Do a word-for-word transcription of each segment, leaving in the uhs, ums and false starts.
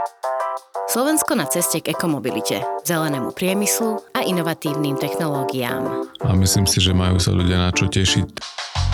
Slovensko na ceste k ekomobilite, zelenému priemyslu a inovatívnym technológiám. A myslím si, že majú sa ľudia na čo tešiť.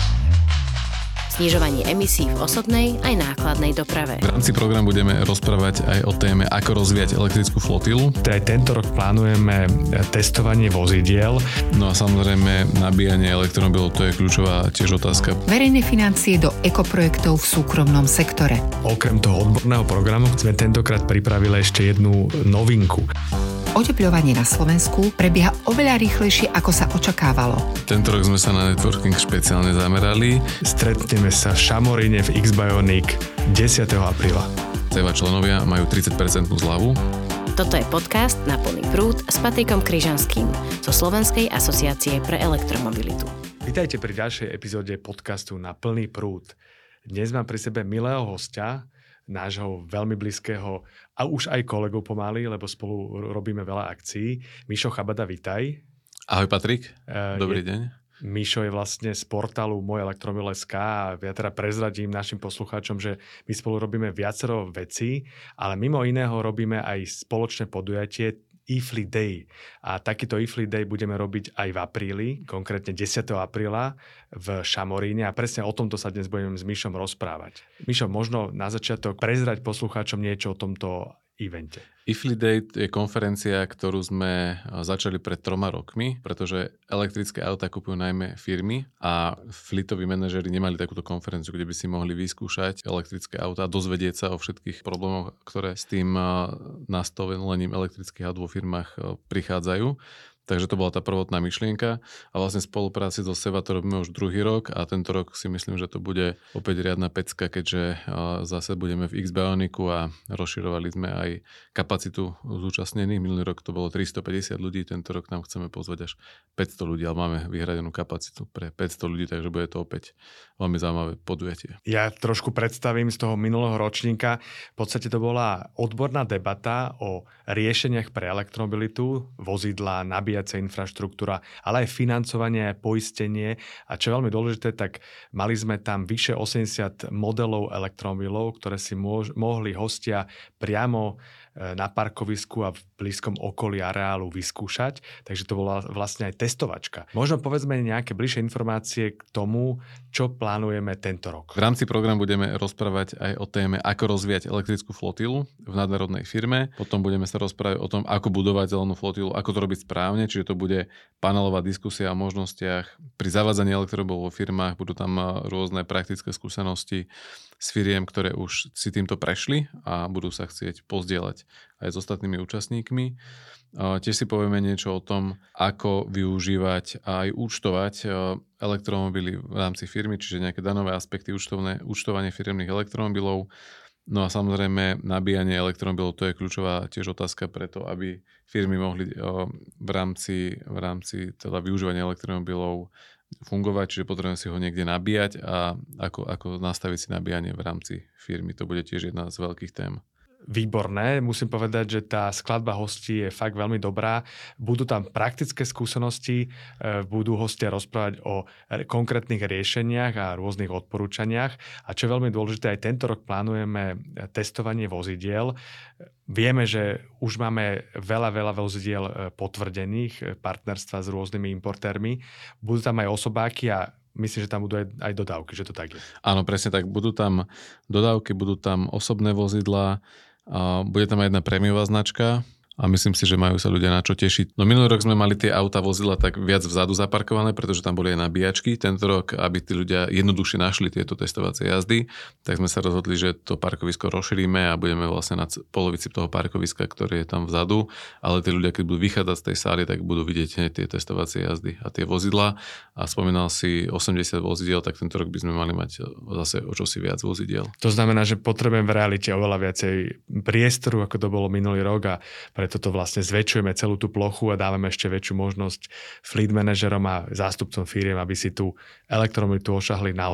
Znižovanie emisí v osobnej aj nákladnej doprave. V rámci programu budeme rozprávať aj o téme, ako rozvíjať elektrickú flotilu. Aj tento rok plánujeme testovanie vozidiel. No a samozrejme nabíjanie elektromobilov, to je kľúčová tiež otázka. Verejné financie do ekoprojektov v súkromnom sektore. Okrem toho odborného programu sme tentokrát pripravili ešte jednu novinku. Otepľovanie na Slovensku prebieha oveľa rýchlejšie, ako sa očakávalo. Tento rok sme sa na networking špeciálne zamerali. Stretneme sa v Šamoríne v X-Bionic desiateho apríla. Ceva členovia majú tridsať percent zľavu. Toto je podcast Na plný prúd s Patrikom Kryžanským zo Slovenskej asociácie pre elektromobilitu. Vítajte pri ďalšej epizóde podcastu Na plný prúd. Dnes mám pri sebe milého hostia, nášho veľmi blízkeho a už aj kolegov pomaly, lebo spolu robíme veľa akcií. Mišo Chabada, vitaj. Ahoj Patrik, dobrý je, deň. Mišo je vlastne z portálu Môj elektromobil bodka es ká a ja teda prezradím našim poslucháčom, že my spolu robíme viacero vecí, ale mimo iného robíme aj spoločné podujatie eFleet Day. A takýto eFleet Day budeme robiť aj v apríli, konkrétne desiateho apríla v Šamoríne a presne o tomto sa dnes budeme s Mišom rozprávať. Mišo, možno na začiatok prezrať poslucháčom niečo o tomto evente. eFleet Day je konferencia, ktorú sme začali pred troma rokmi, pretože elektrické autá kupujú najmä firmy a fleetoví manažeri nemali takúto konferenciu, kde by si mohli vyskúšať elektrické autá, dozvedieť sa o všetkých problémoch, ktoré s tým nastavením elektrických aut vo firmách prichádzajú. Takže to bola tá prvotná myšlienka a vlastne v spolupráci so Seva to robíme už druhý rok a tento rok si myslím, že to bude opäť riadna pecka, keďže zase budeme v X-Bioniku a rozširovali sme aj kapacitu zúčastnených. Minulý rok to bolo tristopäťdesiat ľudí, tento rok nám chceme pozvať až päťsto ľudí, ale máme vyhradenú kapacitu pre päťsto ľudí, takže bude to opäť veľmi zaujímavé podujatie. Ja trošku predstavím z toho minulého ročníka. V podstate to bola odborná debata o riešeniach pre elektromobilitu, vozidlá, nabíjacia infraštruktúra, ale aj financovanie, poistenie. A čo je veľmi dôležité, tak mali sme tam vyše osemdesiat modelov elektromobilov, ktoré si môž, mohli hostia priamo na parkovisku a v blízkom okolí areálu vyskúšať. Takže to bola vlastne aj testovačka. Možno povedzme nejaké bližšie informácie k tomu, čo plánujeme tento rok. V rámci programu budeme rozprávať aj o téme, ako rozvíjať elektrickú flotilu v nadnárodnej firme. Potom budeme sa rozprávať o tom, ako budovať zelenú flotilu, ako to robiť správne, čiže to bude panelová diskusia o možnostiach pri zavádzaní elektromobilov vo firmách. Budú tam rôzne praktické skúsenosti s firiem, ktoré už si týmto prešli a budú sa chcieť pozdieľať aj s ostatnými účastníkmi. Tiež si povieme niečo o tom, ako využívať a aj účtovať elektromobily v rámci firmy, čiže nejaké danové aspekty účtovné, účtovanie firemných elektromobilov. No a samozrejme nabíjanie elektromobilov, to je kľúčová tiež otázka preto, aby firmy mohli v rámci, v rámci teda využívania elektromobilov fungovať, čiže potrebujeme si ho niekde nabíjať a ako, ako nastaviť si nabíjanie v rámci firmy. To bude tiež jedna z veľkých tém. Výborné. Musím povedať, že tá skladba hostí je fakt veľmi dobrá. Budú tam praktické skúsenosti, budú hostia rozprávať o konkrétnych riešeniach a rôznych odporúčaniach. A čo je veľmi dôležité, aj tento rok plánujeme testovanie vozidiel. Vieme, že už máme veľa, veľa vozidiel potvrdených, partnerstva s rôznymi importérmi. Budú tam aj osobáky a myslím, že tam budú aj, aj dodávky, že to tak je. Áno, presne tak. Budú tam dodávky, budú tam osobné vozidlá, bude tam aj jedna prémiová značka a myslím si, že majú sa ľudia na čo tešiť. No minulý rok sme mali tie auta vozidla tak viac vzadu zaparkované, pretože tam boli aj nabíjačky. Tento rok, aby tí ľudia jednoduchšie našli tieto testovacie jazdy, tak sme sa rozhodli, že to parkovisko rozšírime a budeme vlastne na polovici toho parkoviska, ktoré je tam vzadu, ale tí ľudia, keď budú vychádzať z tej sály, tak budú vidieť tie testovacie jazdy a tie vozidlá. A spomínal si osemdesiat vozidiel, tak tento rok by sme mali mať zase o čosi viac vozidiel. To znamená, že potrebujem v realite oveľa viacej priestoru, ako to bolo minulý rok a preto to vlastne zväčšujeme celú tú plochu a dávame ešte väčšiu možnosť fleet manažerom a zástupcom firiem, aby si tú elektromobilitu ošahli naozaj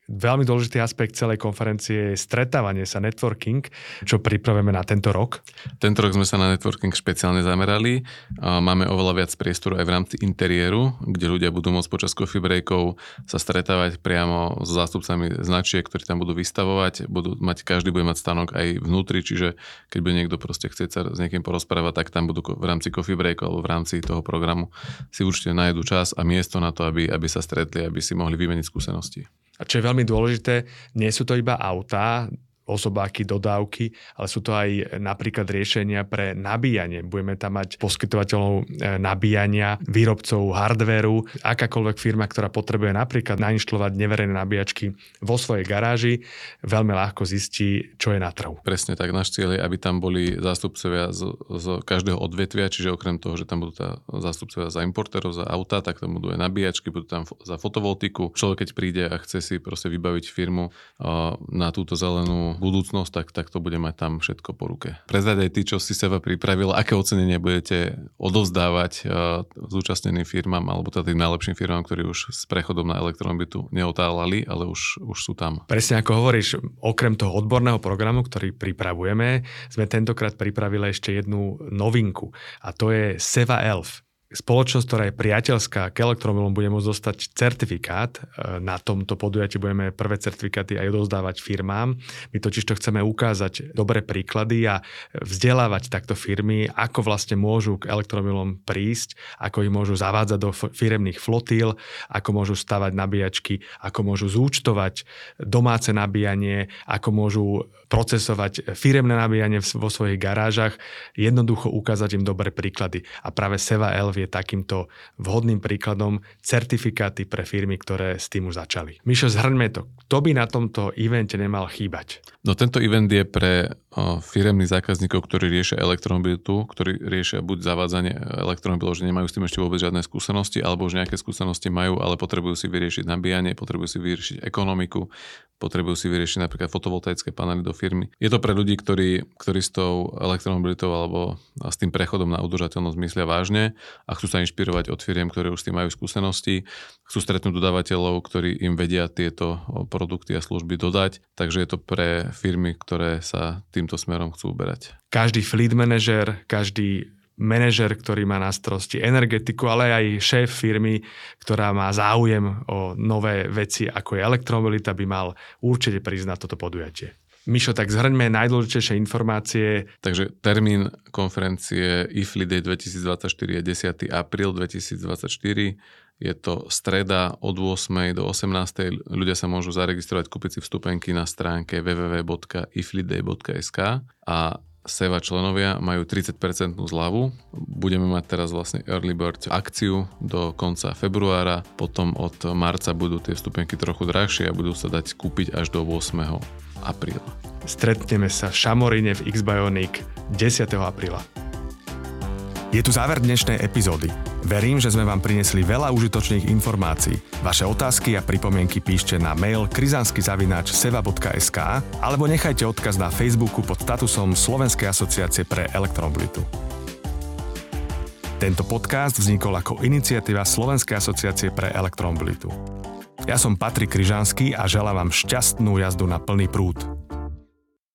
Veľmi dôležitý aspekt celej konferencie je stretávanie sa, networking, čo pripravujeme na tento rok. Tento rok sme sa na networking špeciálne zamerali. Máme oveľa viac priestoru aj v rámci interiéru, kde ľudia budú môcť počas coffee breakov sa stretávať priamo s zástupcami značiek, ktorí tam budú vystavovať. Budú mať, každý bude mať stánok aj vnútri, čiže keď bude niekto proste chcieť sa s niekým porozprávať, tak tam budú v rámci coffee breaku alebo v rámci toho programu si určite nájdu čas a miesto na to, aby, aby sa stretli, aby si mohli vymeniť skúsenosti. A čo je veľmi dôležité, nie sú to iba autá, osobáky, dodávky, ale sú to aj napríklad riešenia pre nabíjanie. Budeme tam mať poskytovateľov nabíjania, výrobcov hardvéru, akákoľvek firma, ktorá potrebuje napríklad nainštalovať neverejné nabíjačky vo svojej garáži, veľmi ľahko zistí, čo je na trhu. Presne tak, náš cieľ je, aby tam boli zástupcovia z, z každého odvetvia, čiže okrem toho, že tam budú tá zástupcovia za importérov, za autá, tak tam budú aj nabíjačky, budú tam za fotovoltiku. Človek, keď príde a chce si proste vybaviť firmu uh, na túto zelenú budúcnosť, tak, tak to bude mať tam všetko po ruke. Prezrať aj ty, čo si seba pripravil, aké ocenenie budete odovzdávať uh, zúčastneným firmám alebo teda tým najlepším firmám, ktorí už s prechodom na elektromobilitu neotálali, ale už, už sú tam. Presne ako hovoríš, okrem toho odborného programu, ktorý pripravujeme, sme tentokrát pripravili ešte jednu novinku a to je Seva Elf. Spoločnosť, ktorá je priateľská k elektromobilom, bude môcť dostať certifikát. Na tomto podujatí budeme prvé certifikáty aj odovzdávať firmám. My totiž to chceme ukázať dobré príklady a vzdelávať takto firmy, ako vlastne môžu k elektromobilom prísť, ako ich môžu zavádzať do firemných flotíl, ako môžu stavať nabíjačky, ako môžu zúčtovať domáce nabíjanie, ako môžu procesovať firemné nabíjanie vo svojich garážach. Jednoducho ukázať im dobré príklady. A práve Seva Elf je takýmto vhodným príkladom certifikáty pre firmy, ktoré s tým už začali. Mišo, zhrňme to. Kto by na tomto evente nemal chýbať? No tento event je pre o, firemných zákazníkov, ktorí riešia elektromobilitu, ktorí riešia buď zavádzanie elektromobilov, že nemajú s tým ešte vôbec žiadne skúsenosti, alebo už nejaké skúsenosti majú, ale potrebujú si vyriešiť nabíjanie, potrebujú si vyriešiť ekonomiku, potrebujú si vyriešiť napríklad fotovoltaické panely do firmy. Je to pre ľudí, ktorí, ktorí s tou elektromobilitou alebo s tým prechodom na udržateľnosť myslia vážne a chcú sa inšpirovať od firiem, ktoré už s tým majú skúsenosti, chcú stretnúť dodávateľov, ktorí im vedia tieto produkty a služby dodať, takže je to pre firmy, ktoré sa týmto smerom chcú uberať. Každý fleet manažer, každý manažer, ktorý má na starosti energetiku, ale aj šéf firmy, ktorá má záujem o nové veci, ako je elektromobilita, by mal určite prísť na toto podujatie. Mišo, tak zhrňme najdôležitejšie informácie. Takže termín konferencie í ef el í Day dvetisícdvadsaťštyri je desiateho apríla dvetisícdvadsaťštyri. Je to streda od ôsmej do osemnástej. Ľudia sa môžu zaregistrovať, kúpiť si vstupenky na stránke w w w bodka i f l i day bodka s k a Seva členovia majú tridsať percent zľavu. Budeme mať teraz vlastne Early Bird akciu do konca februára, potom od marca budú tie vstupenky trochu drahšie a budú sa dať kúpiť až do ôsmeho apríla. Stretneme sa v Šamoríne v X-Bionic desiateho apríla. Je tu záver dnešnej epizódy. Verím, že sme vám priniesli veľa užitočných informácií. Vaše otázky a pripomienky píšte na mail krizansky zavináč seva bodka es ká alebo nechajte odkaz na Facebooku pod statusom Slovenskej asociácie pre elektromobilitu. Tento podcast vznikol ako iniciatíva Slovenskej asociácie pre elektromobilitu. Ja som Patrik Križanský a želám vám šťastnú jazdu na plný prúd.